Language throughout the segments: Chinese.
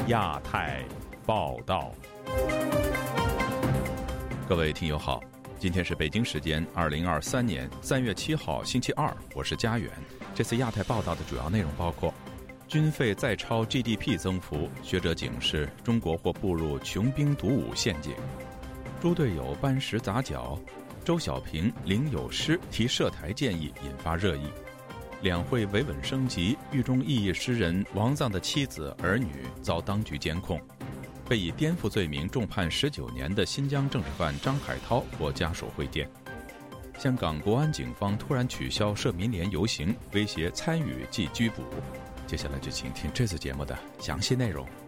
亚太报道。各位听友好，今天是北京时间2023年3月7号星期二，我是佳远。这次亚太报道的主要内容包括：军费再超 GDP 增幅，学者警示中国或步入穷兵黩武陷阱；猪队友搬石砸脚，周小平、领有诗提涉台建议引发热议；两会维稳升级，狱中异议诗人王藏的妻子儿女遭当局监控；被以颠覆罪名重判19年的新疆政治犯张海涛获家属会见；香港国安警方突然取消社民连游行，威胁参与即拘捕。接下来就请听这次节目的详细内容。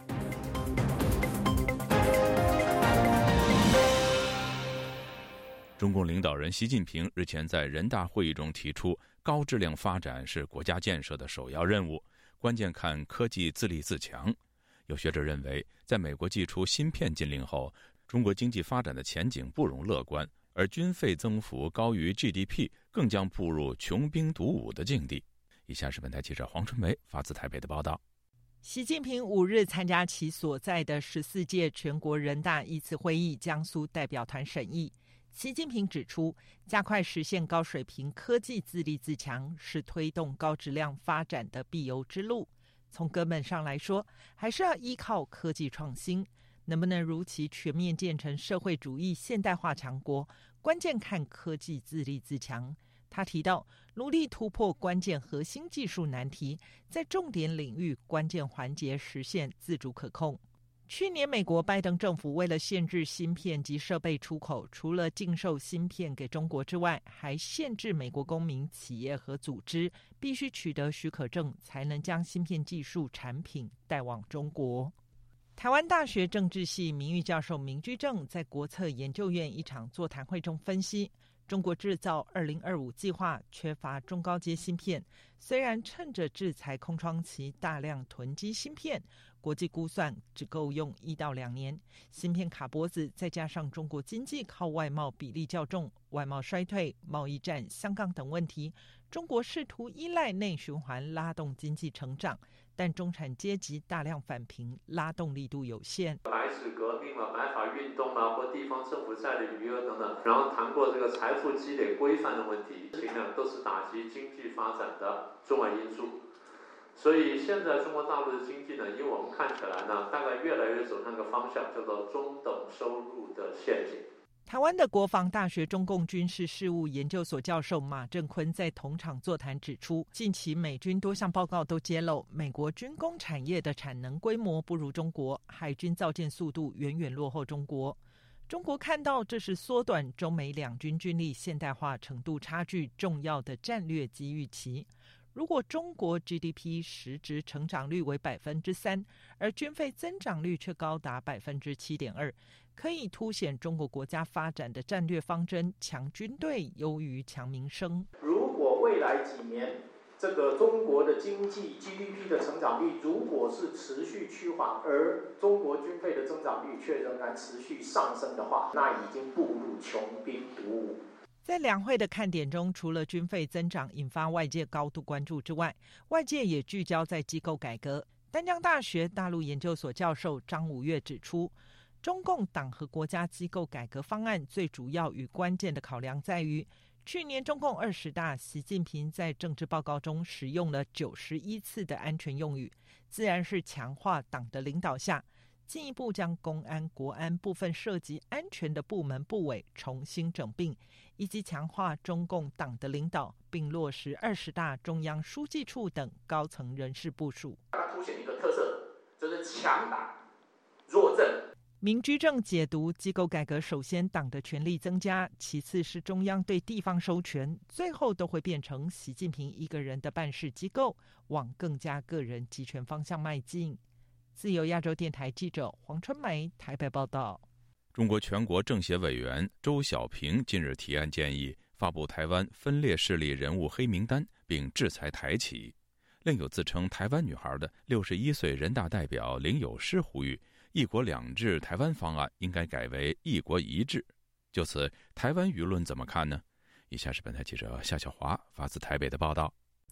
中共领导人习近平日前在人大会议中提出，高质量发展是国家建设的首要任务，关键看科技自立自强。有学者认为，在美国祭出芯片禁令后，中国经济发展的前景不容乐观，而军费增幅高于 GDP， 更将步入穷兵黩武的境地。以下是本台记者黄春梅发自台北的报道。 习近平5日参加其所在的14届全国人大一次会议江苏代表团审议。习近平指出，加快实现高水平科技自立自强是推动高质量发展的必由之路。从根本上来说，还是要依靠科技创新。能不能如期全面建成社会主义现代化强国，关键看科技自立自强。他提到，努力突破关键核心技术难题，在重点领域关键环节实现自主可控。去年美国拜登政府为了限制芯片及设备出口，除了禁售芯片给中国之外，还限制美国公民、企业和组织必须取得许可证，才能将芯片技术产品带往中国。台湾大学政治系名誉教授明居正在国策研究院一场座谈会中分析，中国制造2025计划缺乏中高阶芯片，虽然趁着制裁空窗期大量囤积芯片，国际估算只够用1到2年，芯片卡脖子，再加上中国经济靠外贸比例较重，外贸衰退、贸易战、香港等问题，中国试图依赖内循环拉动经济成长，但中产阶级大量返贫，拉动力度有限。 白纸革命了、白法运动啦，或地方政府债的余额等等，然后谈过这个财富积累规范的问题，这些都是打击经济发展的重要因素。所以现在中国大陆的经济呢，以我们看起来呢，大概越来越走那个方向，叫做中等收入的陷阱。 台湾的国防大学中共军事事务研究所教授马正坤在同场座谈指出，近期美军多项报告都揭露，美国军工产业的产能规模不如中国，海军造舰速度远远落后中国。中国看到这是缩短中美两军军力现代化程度差距重要的战略机遇期。如果中国 GDP 实质成长率为 3%， 而军费增长率却高达 7.2%， 可以凸显中国国家发展的战略方针，强军队优于强民生。 如果未来几年这个中国的经济 GDP 的成长率如果是持续趋缓，而中国军费的增长率却仍然持续上升的话，那已经步入穷兵黩武。 在两会的看点中，除了军费增长引发外界高度关注之外，外界也聚焦在机构改革。丹江大学大陆研究所教授张武岳指出，中共党和国家机构改革方案最主要与关键的考量在于，去年中共20大，习近平在政治报告中使用了91次的安全用语，自然是强化党的领导下，进一步将公安、国安部分涉及安全的部门部委重新整并，以及强化中共党的领导，并落实20大中央书记处等高层人事部署。 它凸显一个特色，就是强党弱政。 明居正解读，机构改革首先党的权力增加，其次是中央对地方收权，最后都会变成习近平一个人的办事机构，往更加个人集权方向迈进。自由亚洲电台记者黄春梅台北报道。 中国全国政协委员周小平近日提案建议发布台湾分裂势力人物黑名单，并制裁台企。另有自称台湾女孩的61岁人大代表领有诗呼吁，一国两制台湾方案应该改为一国一制。就此，台湾舆论怎么看呢？以下是本台记者夏小华发自台北的报道。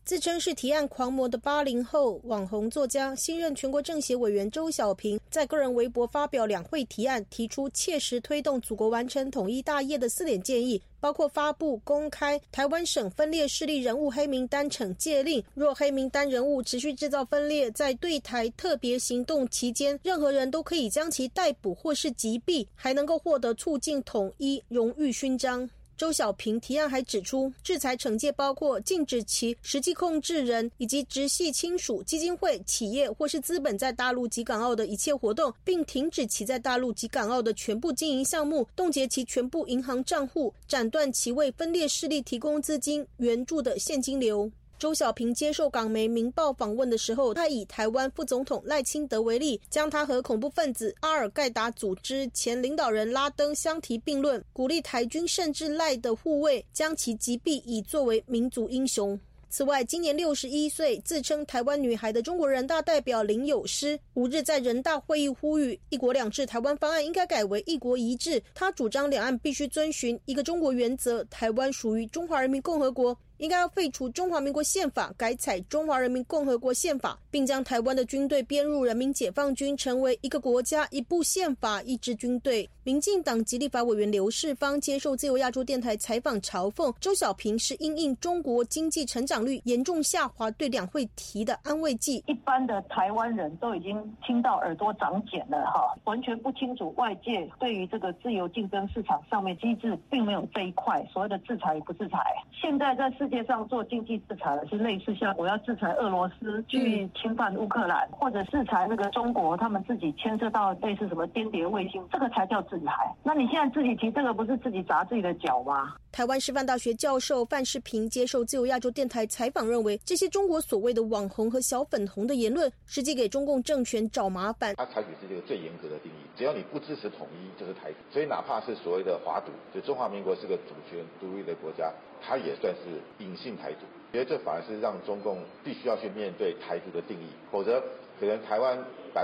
自称是提案狂魔的80后网红作家、新任全国政协委员周小平，在个人微博发表两会提案，提出切实推动祖国完成统一大业的4点建议，包括发布公开台湾省分裂势力人物黑名单惩戒令，若黑名单人物持续制造分裂，在对台特别行动期间，任何人都可以将其逮捕或是击毙，还能够获得促进统一荣誉勋章。周小平提案还指出，制裁惩戒包括禁止其实际控制人以及直系亲属、基金会、企业或是资本在大陆及港澳的一切活动，并停止其在大陆及港澳的全部经营项目，冻结其全部银行账户，斩断其为分裂势力提供资金援助的现金流。周小平接受港媒《明报》访问的时候，他以台湾副总统赖清德为例，将他和恐怖分子阿尔盖达组织前领导人拉登相提并论，鼓励台军甚至赖的护卫将其击毙，以作为民族英雄。此外，今年61岁、自称台湾女孩的中国人大代表林有诗5日在人大会议呼吁，一国两制台湾方案应该改为一国一制。他主张两岸必须遵循一个中国原则，台湾属于中华人民共和国，应该要废除中华民国宪法，改采中华人民共和国宪法，并将台湾的军队编入人民解放军，成为一个国家、一部宪法、一支军队。民进党籍立法委员刘世芳接受自由亚洲电台采访，嘲讽周小平是因应中国经济成长率严重下滑对两会提的安慰剂。 一般的台湾人都已经听到耳朵长茧了完全不清楚外界对于这个自由竞争市场上面机制并没有这一块，所谓的制裁与不制裁。现在在世界上做经济制裁的是类似像我要制裁俄罗斯去侵犯乌克兰，或者制裁那个中国他们自己牵涉到类似什么间谍卫星，这个才叫制裁。那你现在自己提这个，不是自己砸自己的脚吗？ 台湾师范大学教授范世平接受自由亚洲电台采访认为，这些中国所谓的网红和小粉红的言论，实际给中共政权找麻烦。 他采取是这个最严格的定义，只要你不支持统一就是台独，所以哪怕是所谓的华独，就中华民国是个主权独立的国家，它也算是隐性台独。觉得这反而是让中共必须要去面对台独的定义，否则可能台湾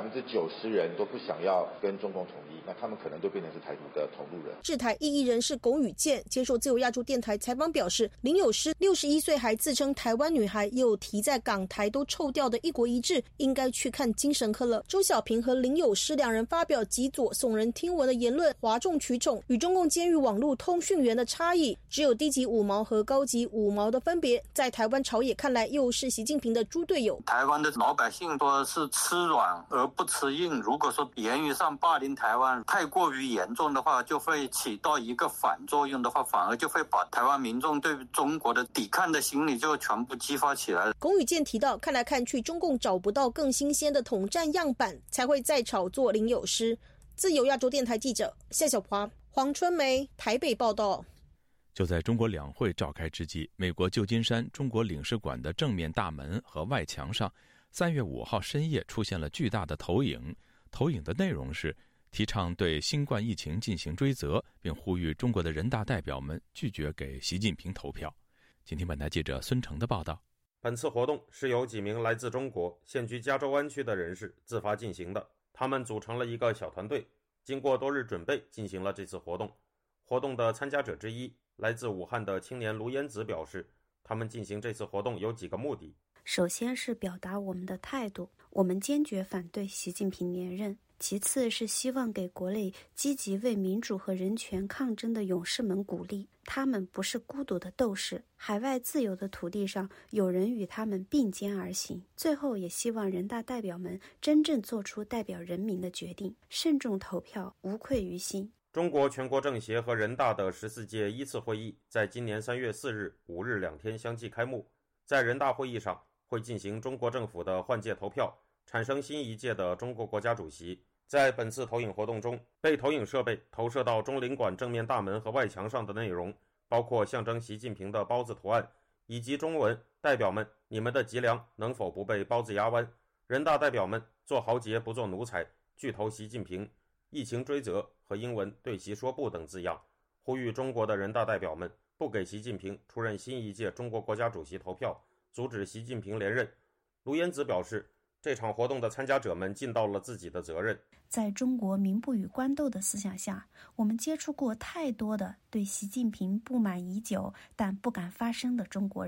90%人都不想要跟中共统一，那他们可能就变成是台独的同路人。 制台异议人士龚宇健接受自由亚洲电台采访表示，林有诗61岁还自称台湾女孩，也有提在港台都臭掉的一国一制，应该去看精神科了。周小平和林有诗两人发表极左耸人听闻的言论，哗众取宠，与中共监狱网络通讯员的差异只有低级5毛和高级5毛的分别，在台湾朝野看来又是习近平的猪队友。 台湾的老百姓说是吃软而不吃硬，如果说言语上霸凌台湾太过于严重的话，就会起到一个反作用的话，反而就会把台湾民众对中国的抵抗的心理就全部激发起来了。 龚宇健提到，看来看去中共找不到更新鲜的统战样板，才会再炒作林有诗。自由亚洲电台记者夏小华、黄春梅台北报道。 就在中国两会召开之际，美国旧金山中国领事馆的正面大门和外墙上3月5号深夜出现了巨大的投影，投影的内容是提倡对新冠疫情进行追责，并呼吁中国的人大代表们拒绝给习近平投票。请听本台记者孙成的报道。 本次活动是由几名来自中国现居加州湾区的人士自发进行的，他们组成了一个小团队，经过多日准备进行了这次活动。活动的参加者之一，来自武汉的青年卢烟子表示，他们进行这次活动有几个目的。 首先是表达我们的态度，我们坚决反对习近平连任。其次是希望给国内积极为民主和人权抗争的勇士们鼓励，他们不是孤独的斗士，海外自由的土地上有人与他们并肩而行。最后也希望人大代表们真正做出代表人民的决定，慎重投票，无愧于心。 中国全国政协和人大的14届1次会议在今年3月4日、5日2天相继开幕。在人大会议上会进行中国政府的换届投票，产生新一届的中国国家主席。在本次投影活动中，被投影设备投射到中领馆正面大门和外墙上的内容包括象征习近平的包子图案，以及中文代表们，你们的脊梁能否不被包子压弯，人大代表们，做豪杰不做奴才，拒投习近平，疫情追责和英文对其说不等字样，呼吁中国的人大代表们不给习近平出任新一届中国国家主席投票，阻止习近平连任。卢烟子表示，这场活动的参加者们尽到了自己的责任。 在中国民不与官斗的思想下，我们接触过太多的对习近平不满已久但不敢发声的中国人。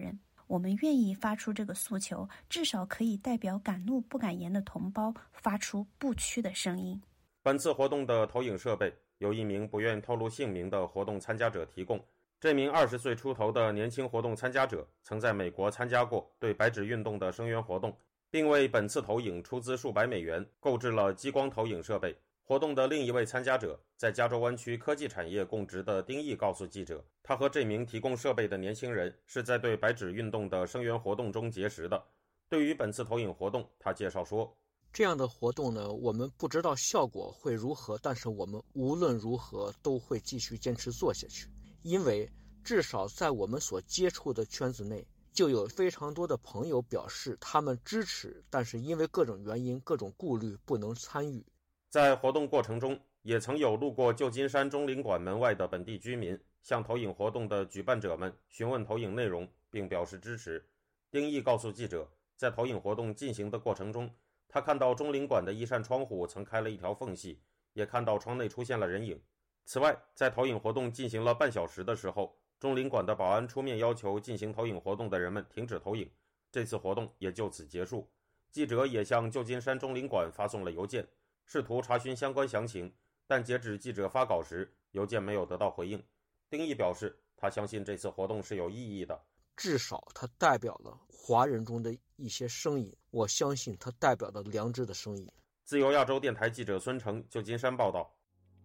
我们愿意发出这个诉求，至少可以代表敢怒不敢言的同胞发出不屈的声音。 本次活动的投影设备由一名不愿透露姓名的活动参加者提供。这名20岁出头的年轻活动参加者曾在美国参加过对白纸运动的声援活动，并为本次投影出资数百美元购置了激光投影设备。活动的另一位参加者在加州湾区科技产业供职的丁毅告诉记者，他和这名提供设备的年轻人是在对白纸运动的声援活动中结识的。对于本次投影活动，他介绍说， 这样的活动呢，我们不知道效果会如何，但是我们无论如何都会继续坚持做下去，因为至少在我们所接触的圈子内，就有非常多的朋友表示他们支持，但是因为各种原因、各种顾虑不能参与。 在活动过程中，也曾有路过旧金山中领馆门外的本地居民向投影活动的举办者们询问投影内容，并表示支持。丁毅告诉记者，在投影活动进行的过程中，他看到中领馆的一扇窗户曾开了一条缝隙，也看到窗内出现了人影。此外，在投影活动进行了半小时的时候，中领馆的保安出面要求进行投影活动的人们停止投影，这次活动也就此结束。记者也向旧金山中领馆发送了邮件，试图查询相关详情，但截止记者发稿时，邮件没有得到回应。丁毅表示，他相信这次活动是有意义的， 至少它代表了华人中的一些声音，我相信它代表了良知的声音。 自由亚洲电台记者孙成，旧金山报道。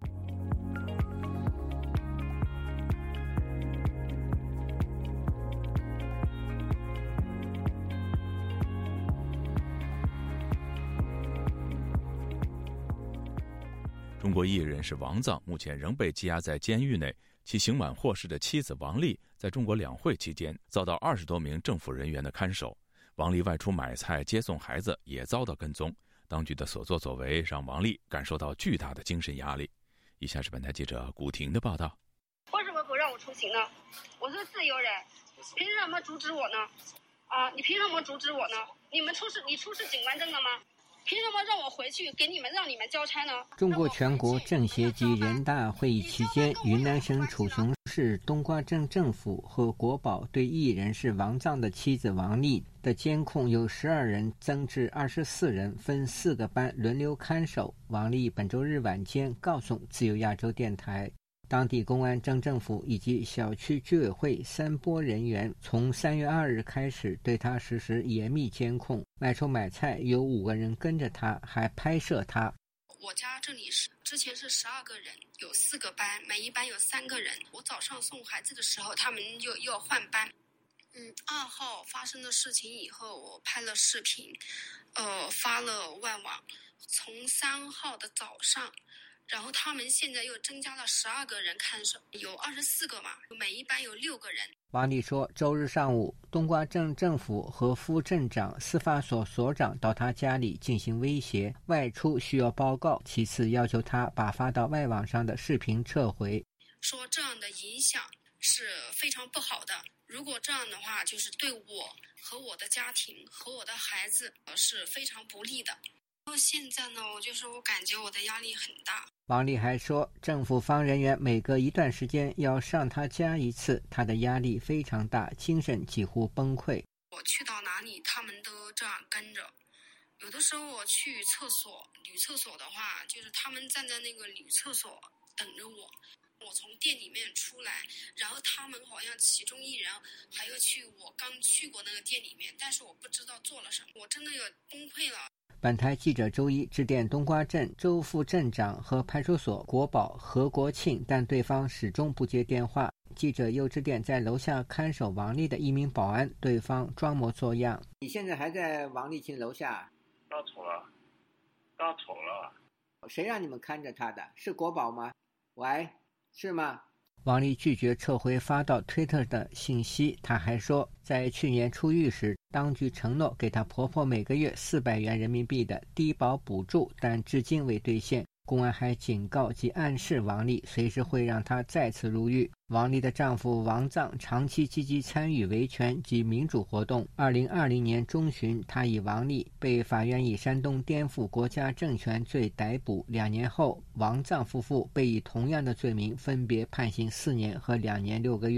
中国艺人是王藏目前仍被羁押在监狱内，其刑满获释的妻子王丽在中国两会期间遭到20多名政府人员的看守。王丽外出买菜接送孩子也遭到跟踪，当局的所作所为让王丽感受到巨大的精神压力。以下是本台记者古婷的报道。 为什么不让我出行呢？我是自由人，凭什么阻止我呢？你凭什么阻止我呢？你出示警官证了吗？凭什么让我回去给你们，让你们交差呢？ 中国全国政协及人大会议期间，云南省楚雄市冬瓜镇政府和国保对艺人是王藏的妻子王丽的监控由12人增至24人，分4个班轮流看守。王丽本周日晚间告诉自由亚洲电台，当地公安、镇政府以及小区居委会3波人员从3月2日开始对他实施严密监控。外出买菜有5个人跟着他，还拍摄他。 我家这里之前是12个人，有4个班，每一班有3个人。我早上送孩子的时候，他们又要换班。2号发生的事情以后，我拍了视频，发了外网。从3号的早上，然后他们现在又增加了12个人看守，有24个嘛，每一班有6个人。 王丽说，周日上午，冬瓜镇政府和副镇长、司法所所长到他家里进行威胁，外出需要报告，其次要求他把发到外网上的视频撤回， 说这样的影响是非常不好的，如果这样的话，就是对我和我的家庭和我的孩子是非常不利的。现在呢，我感觉我的压力很大。 王丽还说，政府方人员每隔一段时间要上他家一次，他的压力非常大，精神几乎崩溃。 我去到哪里，他们都这样跟着。有的时候我去厕所，女厕所的话，就是他们站在那个女厕所等着我。我从店里面出来，然后他们好像其中一人还要去我刚去过那个店里面，但是我不知道做了什么，我真的要崩溃了。 本台记者周一致电冬瓜镇周副镇长和派出所国保何国庆，但对方始终不接电话。记者又致电在楼下看守王丽的一名保安，对方装模作样。你现在还在王丽琴楼下？ 到走了。 谁让你们看着他的？是国保吗？喂，是吗？王丽拒绝撤回发到推特的信息。她还说，在去年出狱时，当局承诺给她婆婆每个月400元人民币的低保补助，但至今未兑现。公安还警告及暗示王丽随时会让她再次入狱。王丽的丈夫王藏长期积极参与维权及民主活动。2020年中旬，他与王丽被法院以煽动颠覆国家政权罪逮捕。2年后，王藏夫妇被以同样的罪名分别判刑4年和2年6个月。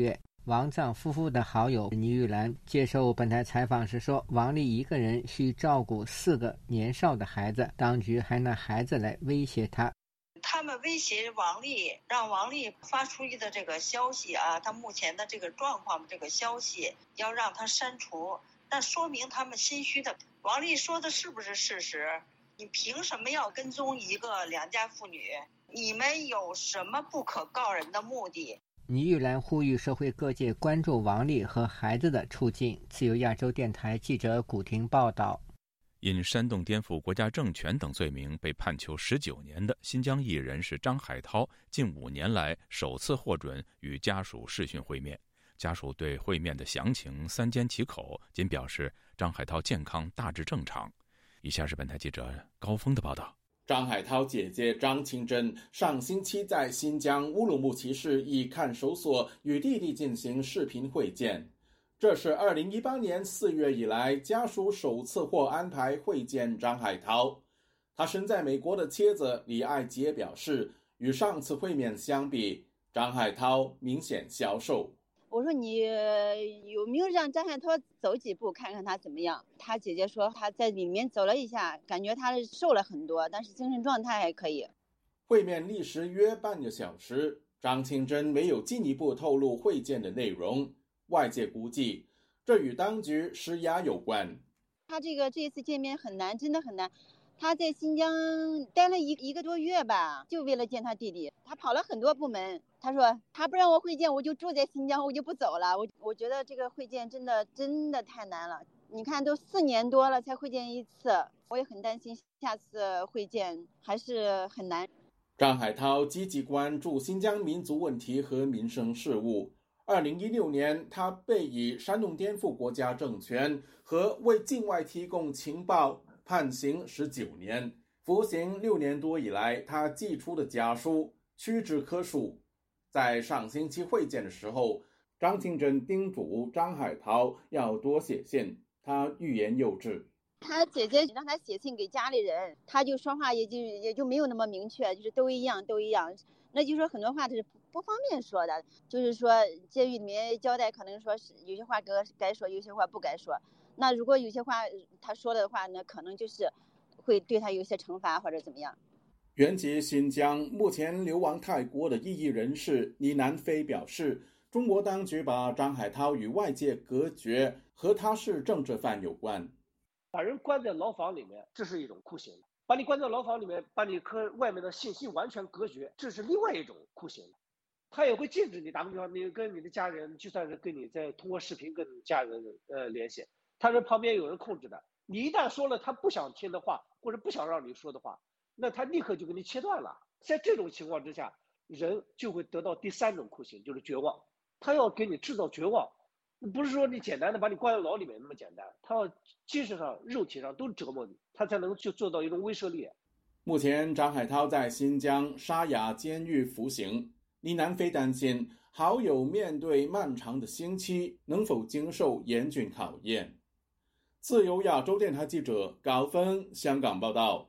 王藏夫妇的好友倪玉兰接受本台采访时说，王丽一个人需照顾4个年少的孩子，当局还拿孩子来威胁他。 他们威胁王丽，让王丽发出的这个消息啊，他目前的这个状况，这个消息要让他删除，那说明他们心虚的。王丽说的是不是事实？你凭什么要跟踪一个良家妇女？你们有什么不可告人的目的？ 倪玉兰呼吁社会各界关注王丽和孩子的处境。自由亚洲电台记者古婷报道。 因煽动颠覆国家政权等罪名被判囚19年的新疆艺人是张海涛，近5年来首次获准与家属视讯会面。家属对会面的详情三缄其口，仅表示张海涛健康大致正常。以下是本台记者高峰的报道。 张海涛姐姐张清真上星期在新疆乌鲁木齐市一看守所与弟弟进行视频会见，这是2018年4月以来家属首次获安排会见张海涛。他身在美国的妻子李爱杰表示，与上次会面相比，张海涛明显消瘦。 我说你有没有让张海涛走几步看看他怎么样？他姐姐说他在里面走了一下，感觉他瘦了很多，但是精神状态还可以。 会面历时约半个小时，张清真没有进一步透露会见的内容。外界估计这与当局施压有关。 他这一次见面很难，真的很难。他在新疆待了一个多月吧，就为了见他弟弟。他跑了很多部门。他说他不让我会见，我就住在新疆，我就不走了。我觉得这个会见真的太难了。你看都4年多了才会见一次，我也很担心下次会见还是很难。 张海涛积极关注新疆民族问题和民生事务。2016年，他被以煽动颠覆国家政权和为境外提供情报判刑19年，服刑6年多以来，他寄出的家书屈指可数。在上星期会见的时候，张清真叮嘱张海涛要多写信，他欲言又止。 他姐姐让他写信给家里人，他就说话也就没有那么明确，就是都一样。那就说很多话他是不方便说的，就是说监狱里面交代，可能说是有些话该说，有些话不该说。那如果有些话他说的话呢，可能就是会对他有些惩罚或者怎么样。 原籍新疆、目前流亡泰国的异议人士倪南飞表示，中国当局把张海涛与外界隔绝，和他是政治犯有关。 把人关在牢房里面，这是一种酷刑；把你关在牢房里面，把你和外面的信息完全隔绝，这是另外一种酷刑。他也会禁止你，打个比方，你跟你的家人，就算是跟你在通过视频跟家人联系，他是旁边有人控制的。你一旦说了他不想听的话，或者不想让你说的话，那他立刻就给你切断了。在这种情况之下，人就会得到第3种酷刑，就是绝望。他要给你制造绝望，不是说你简单的把你关在牢里面那么简单，他要精神上、肉体上都折磨你，他才能去做到一种威慑力。 目前，张海涛在新疆沙雅监狱服刑。倪南飞担心好友面对漫长的刑期能否经受严峻考验。自由亚洲电台记者高峰香港报道。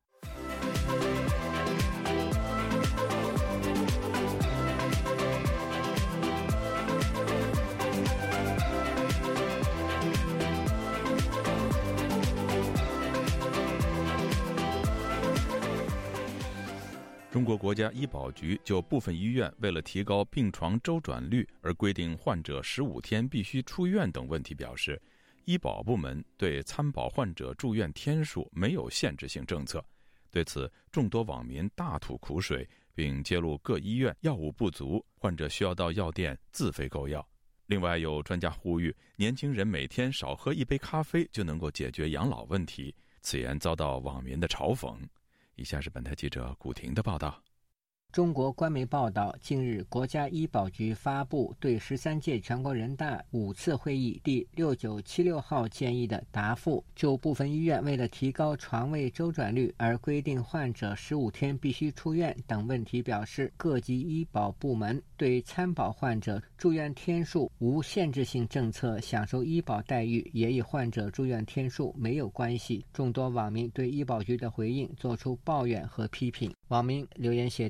中国国家医保局就部分医院为了提高病床周转率而规定患者15天必须出院等问题表示，医保部门对参保患者住院天数没有限制性政策。对此，众多网民大吐苦水，并揭露各医院药物不足，患者需要到药店自费购药。另外，有专家呼吁年轻人每天少喝1杯咖啡就能够解决养老问题，此言遭到网民的嘲讽。以下是本台记者古婷的报道。 中国官媒报道，近日国家医保局发布对13届全国人大5次会议第6976号建议的答复，就部分医院为了提高床位周转率而规定患者15天必须出院等问题表示，各级医保部门对参保患者住院天数无限制性政策，享受医保待遇也与患者住院天数没有关系。众多网民对医保局的回应作出抱怨和批评。网民留言写道：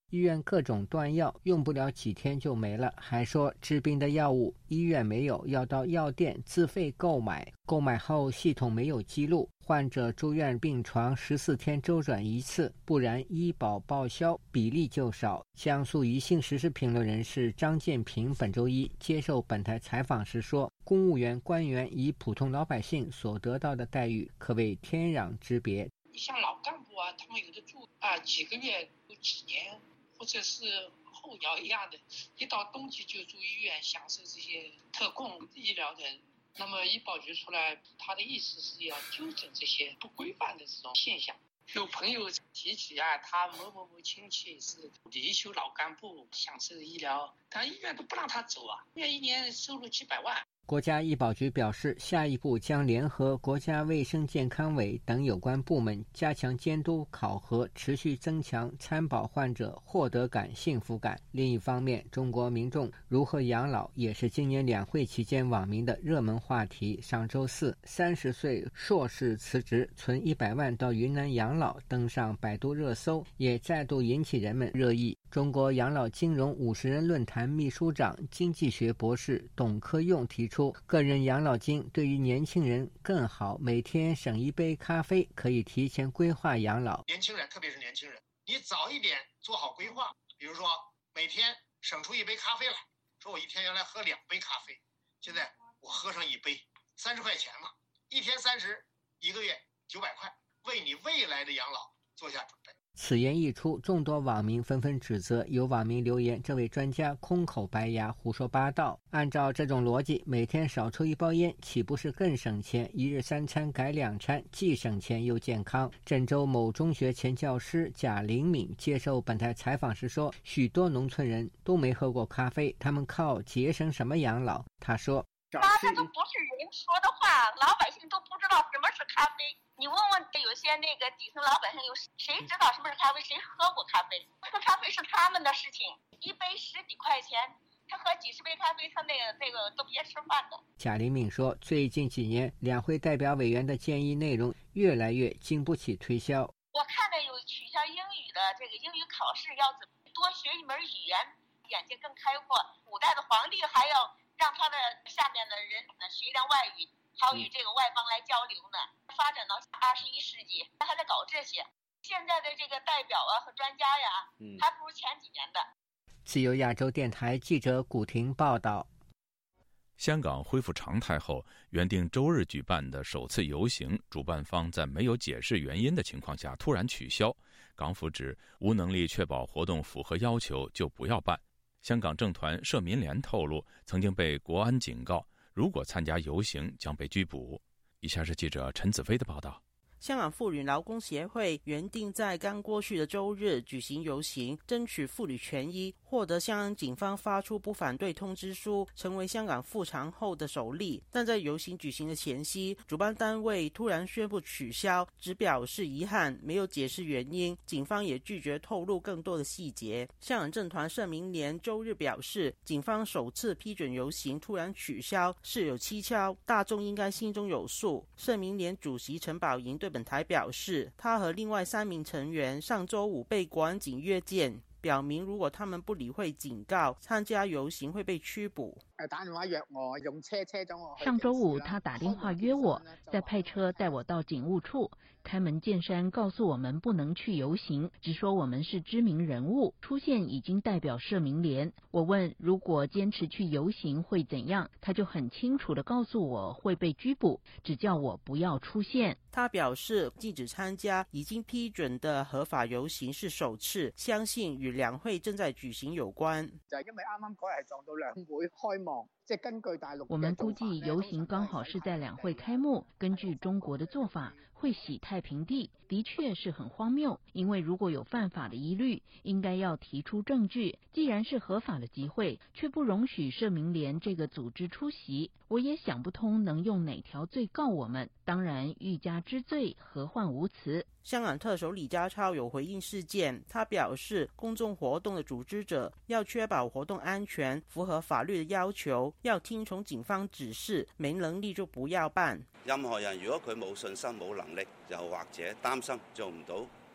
医院各种断药用不了几天就没了，还说治病的药物医院没有，要到药店自费购买，购买后系统没有记录，患者住院病床14天周转一次，不然医保报销比例就少。江苏宜兴时事评论人士张建平本周一接受本台采访时说，公务员官员与普通老百姓所得到的待遇可谓天壤之别。 像老干部啊，他们有的住几个月、几年，或者是候鸟一样的，一到冬季就住医院享受这些特供医疗的。那么医保局出来，他的意思是要纠正这些不规范的这种现象。有朋友提起他某亲戚是离休老干部享受医疗，但医院都不让他走啊，医院一年收入几百万。 国家医保局表示，下一步将联合国家卫生健康委等有关部门，加强监督考核，持续增强参保患者获得感、幸福感。另一方面，中国民众如何养老也是今年两会期间网民的热门话题。上周四，30岁硕士辞职存100万到云南养老登上百度热搜，也再度引起人们热议。中国养老金融50人论坛秘书长、经济学博士董科用提出，个人养老金对于年轻人更好，每天省一杯咖啡，可以提前规划养老。 年轻人，特别是年轻人，你早一点做好规划，比如说每天省出一杯咖啡来，说我一天原来喝2杯咖啡，现在我喝上1杯，30块钱嘛，1天30，一个月900块，为你未来的养老做下准备。 此言一出，众多网民纷纷指责，有网民留言，这位专家空口白牙，胡说八道。按照这种逻辑，每天少抽1包烟，岂不是更省钱？一日3餐改2餐，既省钱又健康。郑州某中学前教师贾灵敏接受本台采访时说，许多农村人都没喝过咖啡，他们靠节省什么养老？他说， 这都不是人说的话，老百姓都不知道什么是咖啡。你问问有些底层老百姓，有谁知道什么是咖啡？谁喝过咖啡？喝咖啡是他们的事情，一杯10几块钱，他喝几十杯咖啡，他那个都别吃饭的。 贾灵敏说，最近几年两会代表委员的建议内容越来越经不起推销。 我看到有取消英语的这个英语考试，要怎么多学一门语言，眼界更开阔。古代的皇帝还要让他的下面的人学一门外语，好与这个外邦来交流呢。发展到21世纪，他还在搞这些。现在的这个代表和专家呀，还不如前几年的。 自由亚洲电台记者古婷报道。 香港恢复常态后，原定周日举办的首次游行，主办方在没有解释原因的情况下突然取消。港府指无能力确保活动符合要求，就不要办。香港政团社民连透露，曾经被国安警告，如果参加游行将被拘捕。以下是记者陈子飞的报道。 香港妇女劳工协会原定在刚过去的周日举行游行，争取妇女权益，获得香港警方发出不反对通知书，成为香港复常后的首例。但在游行举行的前夕，主办单位突然宣布取消，只表示遗憾，没有解释原因。警方也拒绝透露更多的细节。香港政团社民连周日表示，警方首次批准游行突然取消是有蹊跷，大众应该心中有数。社民连主席陈宝莹对本台表示，他和另外3名成员上周五被国安警约见，表明如果他们不理会警告，参加游行会被拘捕。 打電話約我，用車咗我。 上周五他打電話約我，再派車帶我到警務處，開門見山告訴我們不能去遊行，只說我們是知名人物，出現已經代表社民連。我問如果堅持去遊行會怎樣，他就很清楚地告訴我會被拘捕，只叫我不要出現。 他表示，禁止參加已經批准的合法遊行是首次，相信與兩會正在舉行有關。 就係因為啱啱嗰日撞到兩會開幕。根據大陸， 我們估計遊行剛好是在兩會開幕，根據中國的做法會洗太平地，的確是很荒謬，因為如果有犯法的疑慮，應該要提出證據。既然是合法的集會，卻不容許社民連這個組織出席，我也想不通能用哪條罪告我們。當然欲加之罪，何患無辭。 香港特首李家超有回應事件，他表示公眾活動的組織者要確保活動安全，符合法律的要求，要聽從警方指示，沒能力就不要辦。 任何人如果佢冇信心冇能力，又或者擔心做唔到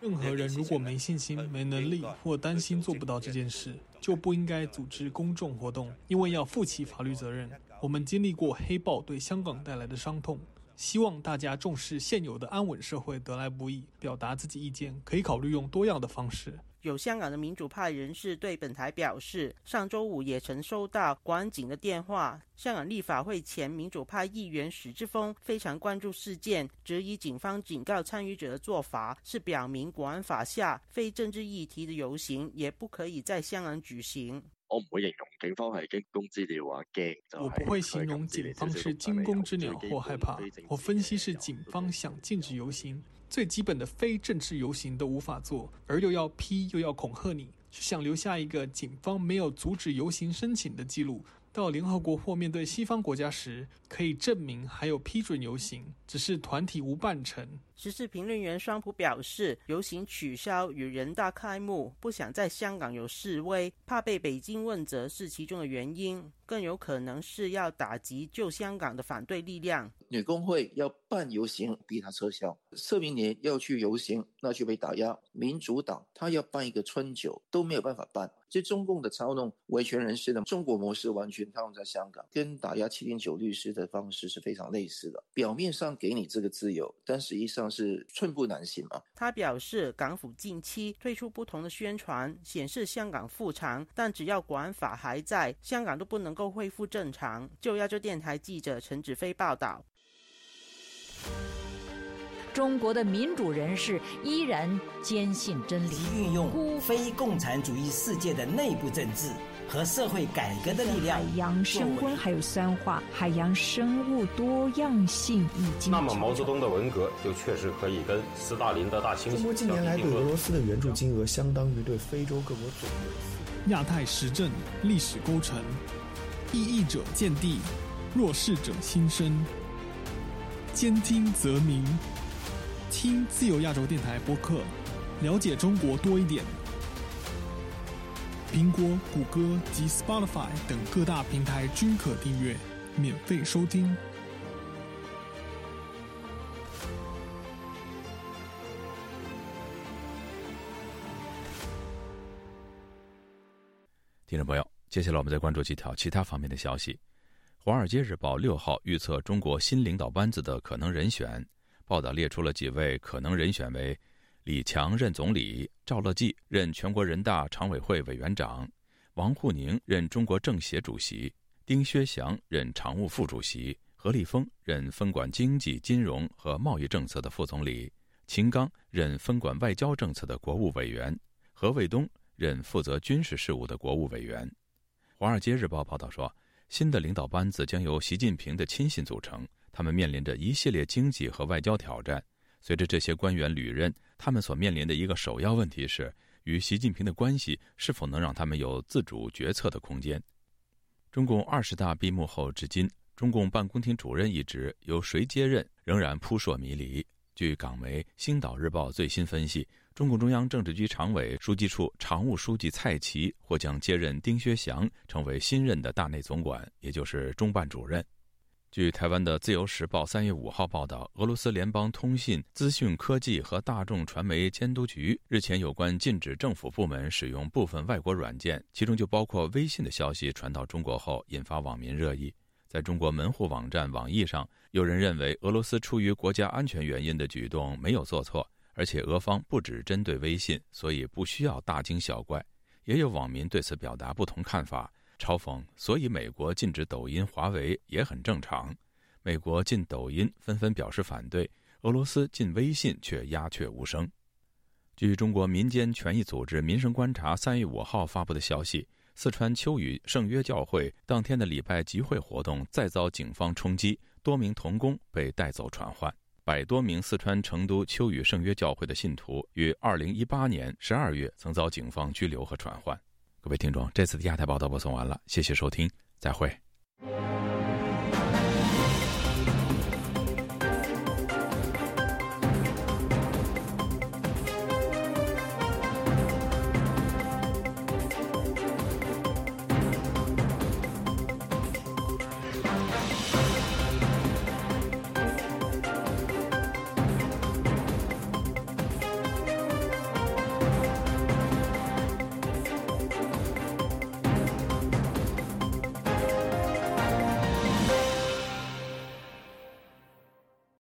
任何人如果没信心、没能力或担心做不到这件事，就不应该组织公众活动，因为要负起法律责任。我们经历过黑暴对香港带来的伤痛，希望大家重视现有的安稳社会得来不易，表达自己意见可以考虑用多样的方式。 有香港的民主派人士对本台表示，上周五也曾收到国安警的电话。香港立法会前民主派议员史之锋非常关注事件，质疑警方警告参与者的做法是表明国安法下非政治議題的遊行也不可以在香港舉行。 我唔會形容警方係驚弓之鳥啊，驚。 我不會形容警方是驚弓之鳥或害怕，我分析是警方想禁止遊行，最基本的非政治遊行都无法做，而又要批又要恐嚇你，是想留下一個警方沒有阻止遊行申請的記錄，到聯合國或面對西方國家時可以證明還有批准遊行，只是團體無辦成。 時事評論員雙普表示，遊行取消與人大開幕，不想在香港有示威，怕被北京問責是其中的原因，更有可能是要打擊救香港的反對力量。 女工會要辦遊行，逼他撤銷；社民連要去遊行，那就被打壓。民主黨他要辦一個春酒，都沒有辦法辦。這中共的操弄維權人士的中國模式完全套用在香港，跟打壓709律師的方式是非常類似的。表面上給你這個自由，但實際上是寸步難行嘛。 他表示，港府近期推出不同的宣傳，顯示香港復常，但只要國安法還在，香港都不能夠恢復正常。就亞洲電台記者陳子飛報道。 中國的民主人士依然堅信真理， 運用非共產主義世界的內部政治和社會改革的力量。 海洋生溫還有酸化，海洋生物多樣性已經。 那麼毛澤東的文革就確實可以跟斯大林的大清洗。 中國近年來對俄羅斯的援助金額相當於對非洲各國總額。 亞太時政歷史構成，異議者見地，弱勢者心聲。兼聽則明，聽自由亞洲電台播客，了解中國多一點。蘋果、谷歌及 Spotify 等各大平台均可訂閱，免費收聽。 听众朋友，接下来我们再关注几条其他方面的消息。《华尔街日报》6号预测中国新领导班子的可能人选，报道列出了几位可能人选为：李强任总理，赵乐际任全国人大常委会委员长，王沪宁任中国政协主席，丁薛祥任常务副主席，何立峰任分管经济、金融和贸易政策的副总理，秦刚任分管外交政策的国务委员，何卫东任负责军事事务的国务委员。《华尔街日报》报道说，新的领导班子将由习近平的亲信组成，他们面临着一系列经济和外交挑战。随着这些官员履任，他们所面临的一个首要问题是，与习近平的关系是否能让他们有自主决策的空间。中共20大闭幕后至今，中共办公厅主任一职由谁接任仍然扑朔迷离。据港媒《星岛日报》最新分析，中共中央政治局常委、书记处常务书记蔡奇或将接任丁薛祥成为新任的大内总管，也就是中办主任。据台湾的《自由时报》3月5号报道，俄罗斯联邦通信、资讯科技和大众传媒监督局日前有关禁止政府部门使用部分外国软件，其中就包括微信的消息传到中国后，引发网民热议。在中国门户网站网易上，有人认为俄罗斯出于国家安全原因的举动没有做错，而且俄方不只针对微信，所以不需要大惊小怪。也有网民对此表达不同看法，嘲讽所以美国禁止抖音、华为也很正常。美国禁抖音纷纷表示反对，俄罗斯禁微信却鸦雀无声。据中国民间权益组织民生观察3月5号发布的消息，四川秋雨圣约教会当天的礼拜集会活动再遭警方冲击，多名同工被带走传唤。100多名四川成都秋雨圣约教会的信徒于2018年12月曾遭警方拘留和传唤。各位听众，这次的亚太报道播送完了，谢谢收听，再会。